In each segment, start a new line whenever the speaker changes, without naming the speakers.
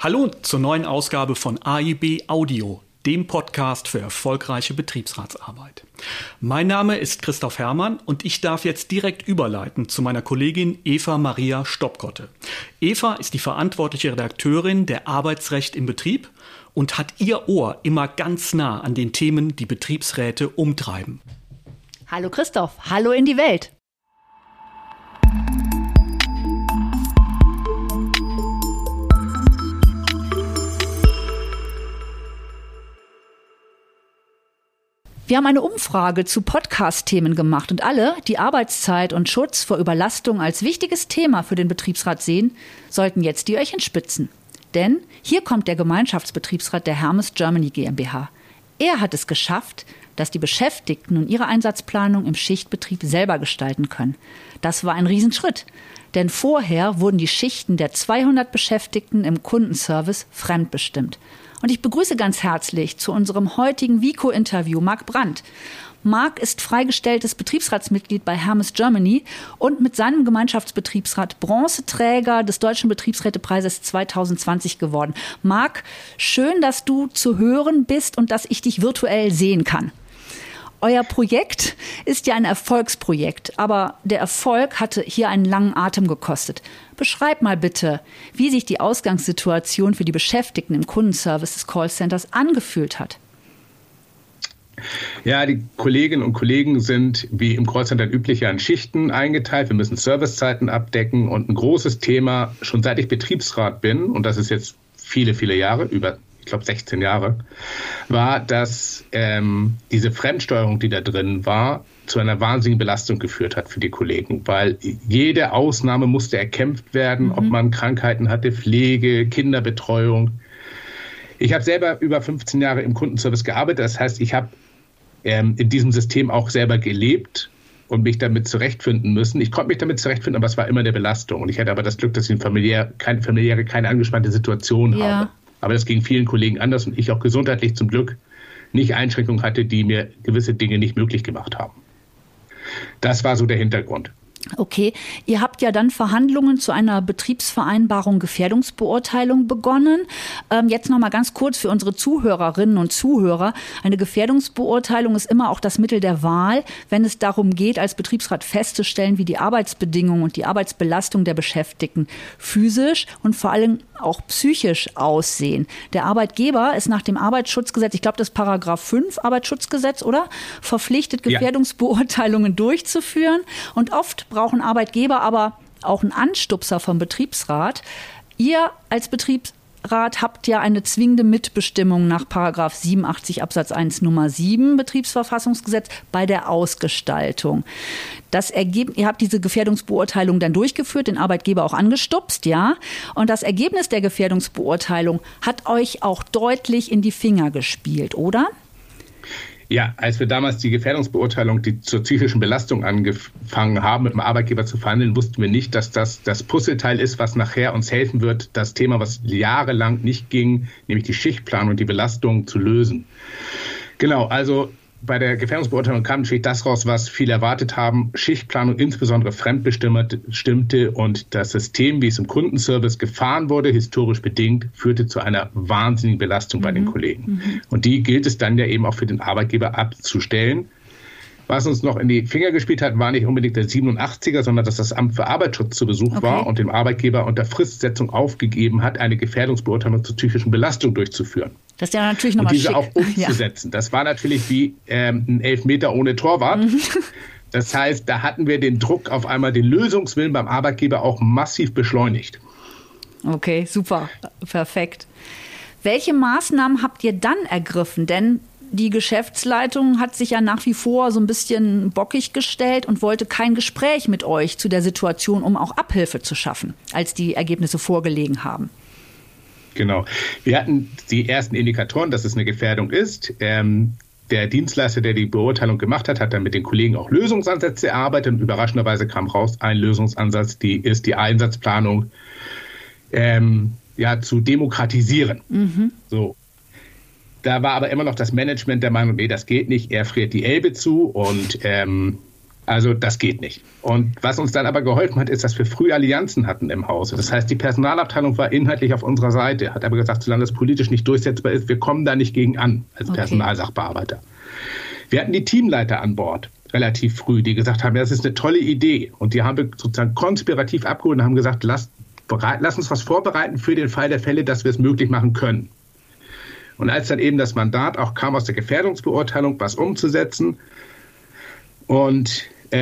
Hallo zur neuen Ausgabe von AIB Audio, dem Podcast für erfolgreiche Betriebsratsarbeit. Mein Name ist Christoph Herrmann und ich darf jetzt direkt überleiten zu meiner Kollegin Eva Maria Stoppkotte. Eva ist die verantwortliche Redakteurin der Arbeitsrecht im Betrieb und hat ihr Ohr immer ganz nah an den Themen, die Betriebsräte umtreiben.
Hallo Christoph, hallo in die Welt. Wir haben eine Umfrage zu Podcast-Themen gemacht und alle, die Arbeitszeit und Schutz vor Überlastung als wichtiges Thema für den Betriebsrat sehen, sollten jetzt die Öhrchen spitzen. Denn hier kommt der Gemeinschaftsbetriebsrat der Hermes Germany GmbH. Er hat es geschafft, dass die Beschäftigten nun ihre Einsatzplanung im Schichtbetrieb selber gestalten können. Das war ein Riesenschritt, denn vorher wurden die Schichten der 200 Beschäftigten im Kundenservice fremdbestimmt. Und ich begrüße ganz herzlich zu unserem heutigen Vico-Interview Marc Brandt. Marc ist freigestelltes Betriebsratsmitglied bei Hermes Germany und mit seinem Gemeinschaftsbetriebsrat Bronzeträger des Deutschen Betriebsrätepreises 2020 geworden. Marc, schön, dass du zu hören bist und dass ich dich virtuell sehen kann. Euer Projekt ist ja ein Erfolgsprojekt, aber der Erfolg hatte hier einen langen Atem gekostet. Beschreib mal bitte, wie sich die Ausgangssituation für die Beschäftigten im Kundenservice des Callcenters angefühlt hat.
Ja, die Kolleginnen und Kollegen sind wie im Callcenter üblich in Schichten eingeteilt. Wir müssen Servicezeiten abdecken und ein großes Thema, schon seit ich Betriebsrat bin, und das ist jetzt viele Jahre, ich glaube 16 Jahre, war, dass diese Fremdsteuerung, die da drin war, zu einer wahnsinnigen Belastung geführt hat für die Kollegen, weil jede Ausnahme musste erkämpft werden, ob man Krankheiten hatte, Pflege, Kinderbetreuung. Ich habe selber über 15 Jahre im Kundenservice gearbeitet, das heißt, ich habe in diesem System auch selber gelebt und mich damit zurechtfinden müssen. Ich konnte mich damit zurechtfinden, aber es war immer eine Belastung. Und ich hatte aber das Glück, dass ich keine angespannte Situation habe. Aber das ging vielen Kollegen anders und ich auch gesundheitlich zum Glück nicht Einschränkungen hatte, die mir gewisse Dinge nicht möglich gemacht haben. Das war so der Hintergrund.
Okay, ihr habt ja dann Verhandlungen zu einer Betriebsvereinbarung Gefährdungsbeurteilung begonnen. Jetzt noch mal ganz kurz für unsere Zuhörerinnen und Zuhörer. Eine Gefährdungsbeurteilung ist immer auch das Mittel der Wahl, wenn es darum geht, als Betriebsrat festzustellen, wie die Arbeitsbedingungen und die Arbeitsbelastung der Beschäftigten physisch und vor allem auch psychisch aussehen. Der Arbeitgeber ist nach dem Arbeitsschutzgesetz, ich glaube das Paragraph 5 Arbeitsschutzgesetz, oder? Verpflichtet, Gefährdungsbeurteilungen durchzuführen. Und oft brauchen Arbeitgeber aber auch einen Anstupser vom Betriebsrat. Ihr als Betriebsrat habt ja eine zwingende Mitbestimmung nach Paragraph 87 Absatz 1 Nummer 7 Betriebsverfassungsgesetz bei der Ausgestaltung. Ihr habt diese Gefährdungsbeurteilung dann durchgeführt, den Arbeitgeber auch angestupst, ja. Und das Ergebnis der Gefährdungsbeurteilung hat euch auch deutlich in die Finger gespielt, oder?
Ja, als wir damals die Gefährdungsbeurteilung, die zur psychischen Belastung angefangen haben, mit dem Arbeitgeber zu verhandeln, wussten wir nicht, dass das Puzzleteil ist, was nachher uns helfen wird, das Thema, was jahrelang nicht ging, nämlich die Schichtplanung und die Belastung zu lösen. Genau, also bei der Gefährdungsbeurteilung kam natürlich das raus, was viele erwartet haben. Schichtplanung insbesondere fremdbestimmte und das System, wie es im Kundenservice gefahren wurde, historisch bedingt, führte zu einer wahnsinnigen Belastung bei den Kollegen. Und die gilt es dann ja eben auch für den Arbeitgeber abzustellen. Was uns noch in die Finger gespielt hat, war nicht unbedingt der 87er, sondern dass das Amt für Arbeitsschutz zu Besuch war und dem Arbeitgeber unter Fristsetzung aufgegeben hat, eine Gefährdungsbeurteilung zur psychischen Belastung durchzuführen.
Das ist ja natürlich nochmal schick.
Und diese auch umzusetzen. Ja. Das war natürlich wie ein Elfmeter ohne Torwart. Das heißt, da hatten wir den Druck auf einmal, den Lösungswillen beim Arbeitgeber auch massiv beschleunigt.
Okay, super, perfekt. Welche Maßnahmen habt ihr dann ergriffen? Denn die Geschäftsleitung hat sich ja nach wie vor so ein bisschen bockig gestellt und wollte kein Gespräch mit euch zu der Situation, um auch Abhilfe zu schaffen, als die Ergebnisse vorgelegen haben.
Genau. Wir hatten die ersten Indikatoren, dass es eine Gefährdung ist. Der Dienstleister, der die Beurteilung gemacht hat, hat dann mit den Kollegen auch Lösungsansätze erarbeitet. Und überraschenderweise kam raus, ein Lösungsansatz, ist die Einsatzplanung zu demokratisieren. So. Da war aber immer noch das Management der Meinung, nee, das geht nicht, er friert die Elbe zu und Also das geht nicht. Und was uns dann aber geholfen hat, ist, dass wir früh Allianzen hatten im Hause. Das heißt, die Personalabteilung war inhaltlich auf unserer Seite, hat aber gesagt, solange das politisch nicht durchsetzbar ist, wir kommen da nicht gegen an als Personalsachbearbeiter. Wir hatten die Teamleiter an Bord relativ früh, die gesagt haben, ja, das ist eine tolle Idee. Und die haben wir sozusagen konspirativ abgeholt und haben gesagt, lass uns was vorbereiten für den Fall der Fälle, dass wir es möglich machen können. Und als dann eben das Mandat auch kam aus der Gefährdungsbeurteilung, was umzusetzen und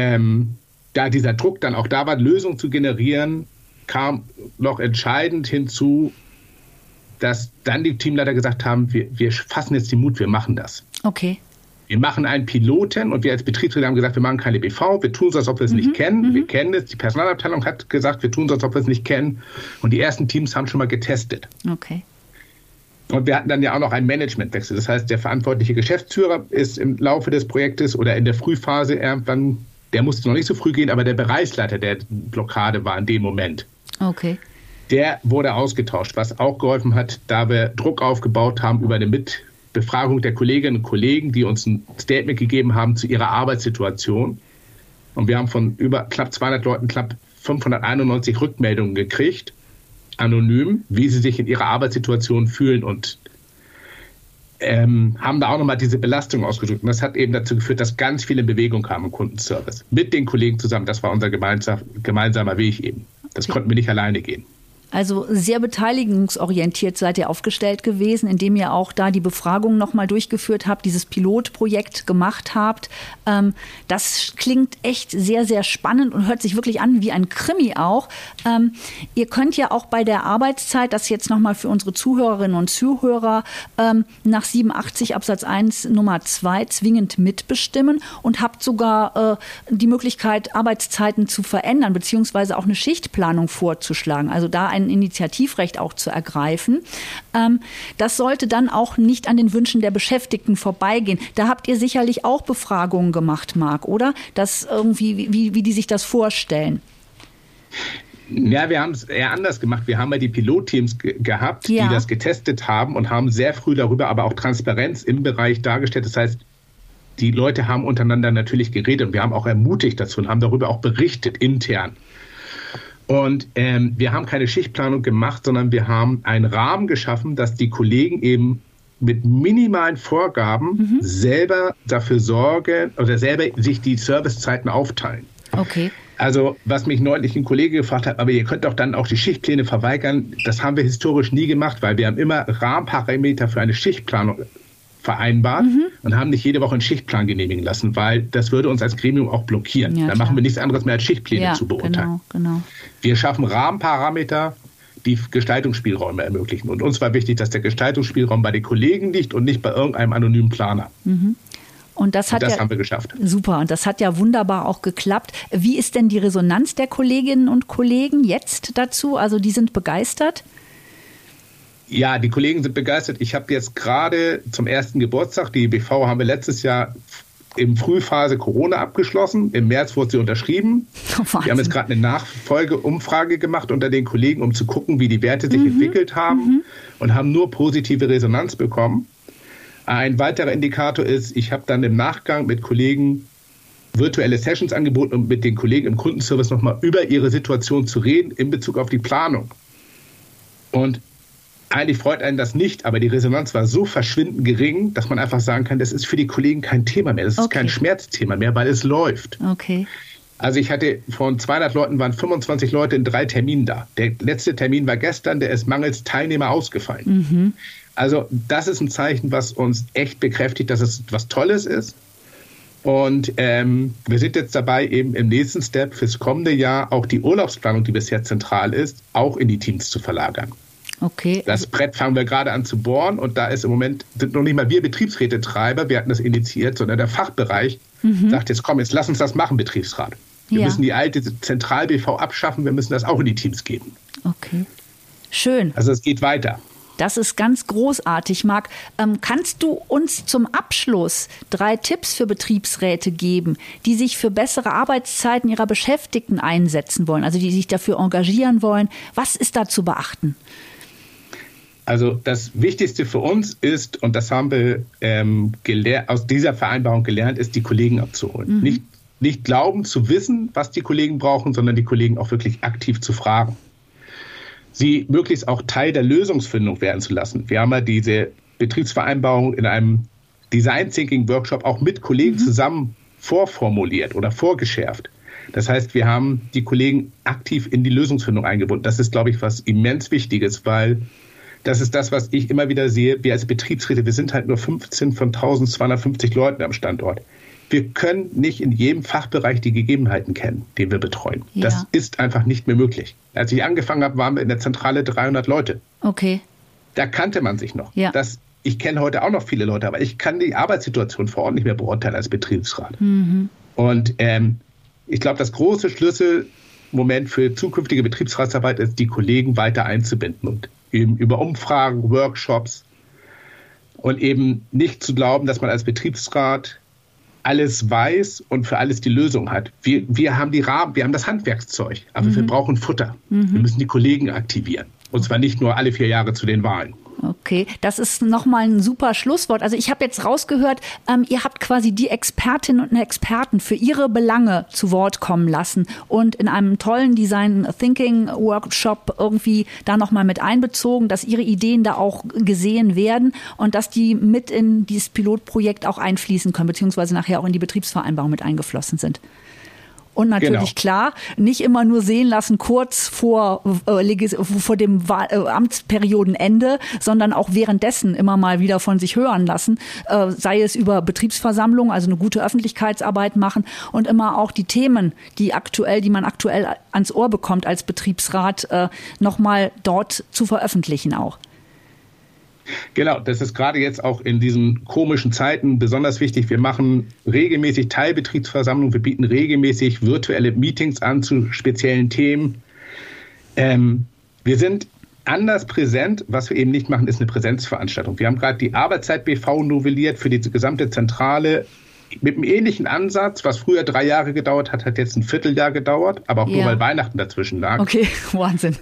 da dieser Druck dann auch da war, Lösungen zu generieren, kam noch entscheidend hinzu, dass dann die Teamleiter gesagt haben, wir fassen jetzt den Mut, wir machen das.
Okay.
Wir machen einen Piloten und wir als Betriebsräte haben gesagt, wir machen keine BV, wir tun so, als ob wir es nicht kennen. Wir kennen es, die Personalabteilung hat gesagt, wir tun so, als ob wir es nicht kennen. Und die ersten Teams haben schon mal getestet.
Okay.
Und wir hatten dann ja auch noch einen Managementwechsel. Das heißt, der verantwortliche Geschäftsführer ist im Laufe des Projektes oder in der Frühphase irgendwann, der musste noch nicht so früh gehen, aber der Bereichsleiter der Blockade war in dem Moment.
Okay.
Der wurde ausgetauscht, was auch geholfen hat, da wir Druck aufgebaut haben über eine Mitbefragung der Kolleginnen und Kollegen, die uns ein Statement gegeben haben zu ihrer Arbeitssituation. Und wir haben von über knapp 200 Leuten knapp 591 Rückmeldungen gekriegt, anonym, wie sie sich in ihrer Arbeitssituation fühlen und haben da auch nochmal diese Belastung ausgedrückt. Und das hat eben dazu geführt, dass ganz viele in Bewegung kamen im Kundenservice. Mit den Kollegen zusammen. Das war unser gemeinsamer Weg eben. Das konnten wir nicht alleine gehen.
Also sehr beteiligungsorientiert seid ihr aufgestellt gewesen, indem ihr auch da die Befragung nochmal durchgeführt habt, dieses Pilotprojekt gemacht habt. Das klingt echt sehr, sehr spannend und hört sich wirklich an wie ein Krimi auch. Ihr könnt ja auch bei der Arbeitszeit, das jetzt nochmal für unsere Zuhörerinnen und Zuhörer, nach 87 Absatz 1 Nummer 2 zwingend mitbestimmen und habt sogar die Möglichkeit, Arbeitszeiten zu verändern, beziehungsweise auch eine Schichtplanung vorzuschlagen. Also da ein Initiativrecht auch zu ergreifen. Das sollte dann auch nicht an den Wünschen der Beschäftigten vorbeigehen. Da habt ihr sicherlich auch Befragungen gemacht, Marc, oder? Das irgendwie, wie die sich das vorstellen.
Ja, wir haben es eher anders gemacht. Wir haben ja die Pilotteams gehabt, die das getestet haben und haben sehr früh darüber aber auch Transparenz im Bereich dargestellt. Das heißt, die Leute haben untereinander natürlich geredet und wir haben auch ermutigt dazu und haben darüber auch berichtet intern. Und wir haben keine Schichtplanung gemacht, sondern wir haben einen Rahmen geschaffen, dass die Kollegen eben mit minimalen Vorgaben selber dafür sorgen oder selber sich die Servicezeiten aufteilen.
Okay.
Also was mich neulich ein Kollege gefragt hat, aber ihr könnt doch dann auch die Schichtpläne verweigern. Das haben wir historisch nie gemacht, weil wir haben immer Rahmenparameter für eine Schichtplanung vereinbart und haben nicht jede Woche einen Schichtplan genehmigen lassen, weil das würde uns als Gremium auch blockieren.
Ja,
dann machen wir nichts anderes mehr als Schichtpläne zu beurteilen.
Genau.
Wir schaffen Rahmenparameter, die Gestaltungsspielräume ermöglichen. Und uns war wichtig, dass der Gestaltungsspielraum bei den Kollegen liegt und nicht bei irgendeinem anonymen Planer.
Und das haben
wir geschafft.
Super, und das hat ja wunderbar auch geklappt. Wie ist denn die Resonanz der Kolleginnen und Kollegen jetzt dazu? Also die sind begeistert?
Ja, die Kollegen sind begeistert. Ich habe jetzt gerade zum ersten Geburtstag, die BV haben wir letztes Jahr im Frühphase Corona abgeschlossen. Im März wurde sie unterschrieben. Wir haben jetzt gerade eine Nachfolgeumfrage gemacht unter den Kollegen, um zu gucken, wie die Werte sich entwickelt haben und haben nur positive Resonanz bekommen. Ein weiterer Indikator ist, ich habe dann im Nachgang mit Kollegen virtuelle Sessions angeboten, um mit den Kollegen im Kundenservice nochmal über ihre Situation zu reden in Bezug auf die Planung. Und eigentlich freut einen das nicht, aber die Resonanz war so verschwindend gering, dass man einfach sagen kann, das ist für die Kollegen kein Thema mehr. Das ist kein Schmerzthema mehr, weil es läuft.
Okay.
Also ich hatte von 200 Leuten waren 25 Leute in 3 Terminen da. Der letzte Termin war gestern, der ist mangels Teilnehmer ausgefallen. Also das ist ein Zeichen, was uns echt bekräftigt, dass es was Tolles ist. Und wir sind jetzt dabei, eben im nächsten Step fürs kommende Jahr auch die Urlaubsplanung, die bisher zentral ist, auch in die Teams zu verlagern.
Okay.
Das Brett fangen wir gerade an zu bohren und da ist im Moment, sind noch nicht mal wir Betriebsrätetreiber, wir hatten das initiiert, sondern der Fachbereich sagt jetzt, komm, jetzt lass uns das machen, Betriebsrat. Wir müssen die alte Zentral-BV abschaffen, wir müssen das auch in die Teams geben.
Okay. Schön.
Also es geht weiter.
Das ist ganz großartig, Marc. Kannst du uns zum Abschluss 3 Tipps für Betriebsräte geben, die sich für bessere Arbeitszeiten ihrer Beschäftigten einsetzen wollen, also die sich dafür engagieren wollen? Was ist da zu beachten?
Also das Wichtigste für uns ist, und das haben wir aus dieser Vereinbarung gelernt, ist, die Kollegen abzuholen. Nicht nicht glauben zu wissen, was die Kollegen brauchen, sondern die Kollegen auch wirklich aktiv zu fragen. Sie möglichst auch Teil der Lösungsfindung werden zu lassen. Wir haben ja diese Betriebsvereinbarung in einem Design Thinking Workshop auch mit Kollegen zusammen vorformuliert oder vorgeschärft. Das heißt, wir haben die Kollegen aktiv in die Lösungsfindung eingebunden. Das ist, glaube ich, was immens Wichtiges, weil das ist das, was ich immer wieder sehe. Wir als Betriebsräte, wir sind halt nur 15 von 1250 Leuten am Standort. Wir können nicht in jedem Fachbereich die Gegebenheiten kennen, den wir betreuen. Ja. Das ist einfach nicht mehr möglich. Als ich angefangen habe, waren wir in der Zentrale 300 Leute.
Okay.
Da kannte man sich noch.
Ja.
Ich kenne heute auch noch viele Leute, aber ich kann die Arbeitssituation vor Ort nicht mehr beurteilen als Betriebsrat. Und ich glaube, das große Schlüsselmoment für zukünftige Betriebsratsarbeit ist, die Kollegen weiter einzubinden und eben über Umfragen, Workshops und eben nicht zu glauben, dass man als Betriebsrat alles weiß und für alles die Lösung hat. Wir haben die Rahmen, wir haben das Handwerkszeug, aber wir brauchen Futter. Wir müssen die Kollegen aktivieren. Und zwar nicht nur alle 4 Jahre zu den Wahlen.
Okay, das ist nochmal ein super Schlusswort. Also ich habe jetzt rausgehört, ihr habt quasi die Expertinnen und Experten für ihre Belange zu Wort kommen lassen und in einem tollen Design Thinking Workshop irgendwie da nochmal mit einbezogen, dass ihre Ideen da auch gesehen werden und dass die mit in dieses Pilotprojekt auch einfließen können, beziehungsweise nachher auch in die Betriebsvereinbarung mit eingeflossen sind. Und natürlich klar, nicht immer nur sehen lassen kurz vor dem Amtsperiodenende, sondern auch währenddessen immer mal wieder von sich hören lassen, sei es über Betriebsversammlungen, also eine gute Öffentlichkeitsarbeit machen und immer auch die Themen, die man aktuell ans Ohr bekommt als Betriebsrat, nochmal dort zu veröffentlichen auch.
Genau, das ist gerade jetzt auch in diesen komischen Zeiten besonders wichtig. Wir machen regelmäßig Teilbetriebsversammlungen, wir bieten regelmäßig virtuelle Meetings an zu speziellen Themen. Wir sind anders präsent. Was wir eben nicht machen, ist eine Präsenzveranstaltung. Wir haben gerade die Arbeitszeit-BV novelliert für die gesamte Zentrale mit einem ähnlichen Ansatz. Was früher 3 Jahre gedauert hat, hat jetzt ein Vierteljahr gedauert, aber auch nur, weil Weihnachten dazwischen lag.
Okay, Wahnsinn.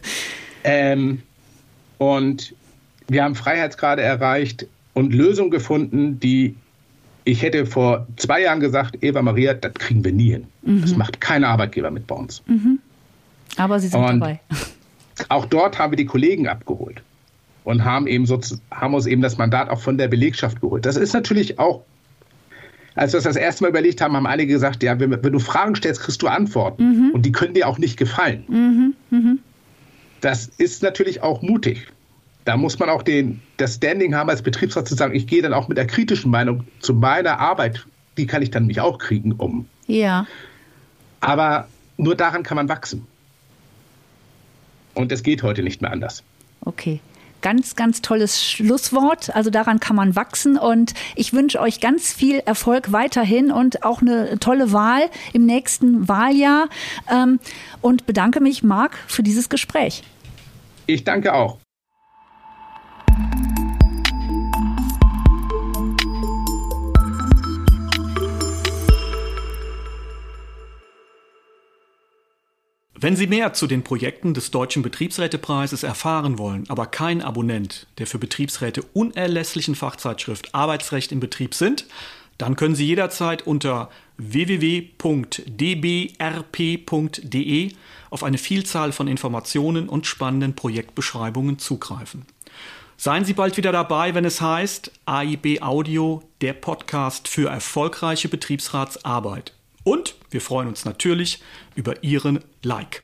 Und wir haben Freiheitsgrade erreicht und Lösungen gefunden, die ich hätte vor 2 Jahren gesagt, Eva Maria, das kriegen wir nie hin. Das macht kein Arbeitgeber mit bei uns.
Aber Sie sind dabei.
Auch dort haben wir die Kollegen abgeholt und haben uns eben das Mandat auch von der Belegschaft geholt. Das ist natürlich auch, als wir das erste Mal überlegt haben, haben alle gesagt, ja, wenn du Fragen stellst, kriegst du Antworten. Und die können dir auch nicht gefallen. Das ist natürlich auch mutig. Da muss man auch das Standing haben als Betriebsrat zu sagen, ich gehe dann auch mit der kritischen Meinung zu meiner Arbeit, die kann ich dann mich auch kriegen, um.
Ja.
Aber nur daran kann man wachsen. Und es geht heute nicht mehr anders.
Okay. Ganz, ganz tolles Schlusswort. Also daran kann man wachsen und ich wünsche euch ganz viel Erfolg weiterhin und auch eine tolle Wahl im nächsten Wahljahr und bedanke mich, Marc, für dieses Gespräch.
Ich danke auch.
Wenn Sie mehr zu den Projekten des Deutschen Betriebsrätepreises erfahren wollen, aber kein Abonnent der für Betriebsräte unerlässlichen Fachzeitschrift Arbeitsrecht im Betrieb sind, dann können Sie jederzeit unter www.dbrp.de auf eine Vielzahl von Informationen und spannenden Projektbeschreibungen zugreifen. Seien Sie bald wieder dabei, wenn es heißt AIB Audio, der Podcast für erfolgreiche Betriebsratsarbeit. Und wir freuen uns natürlich über Ihren Like.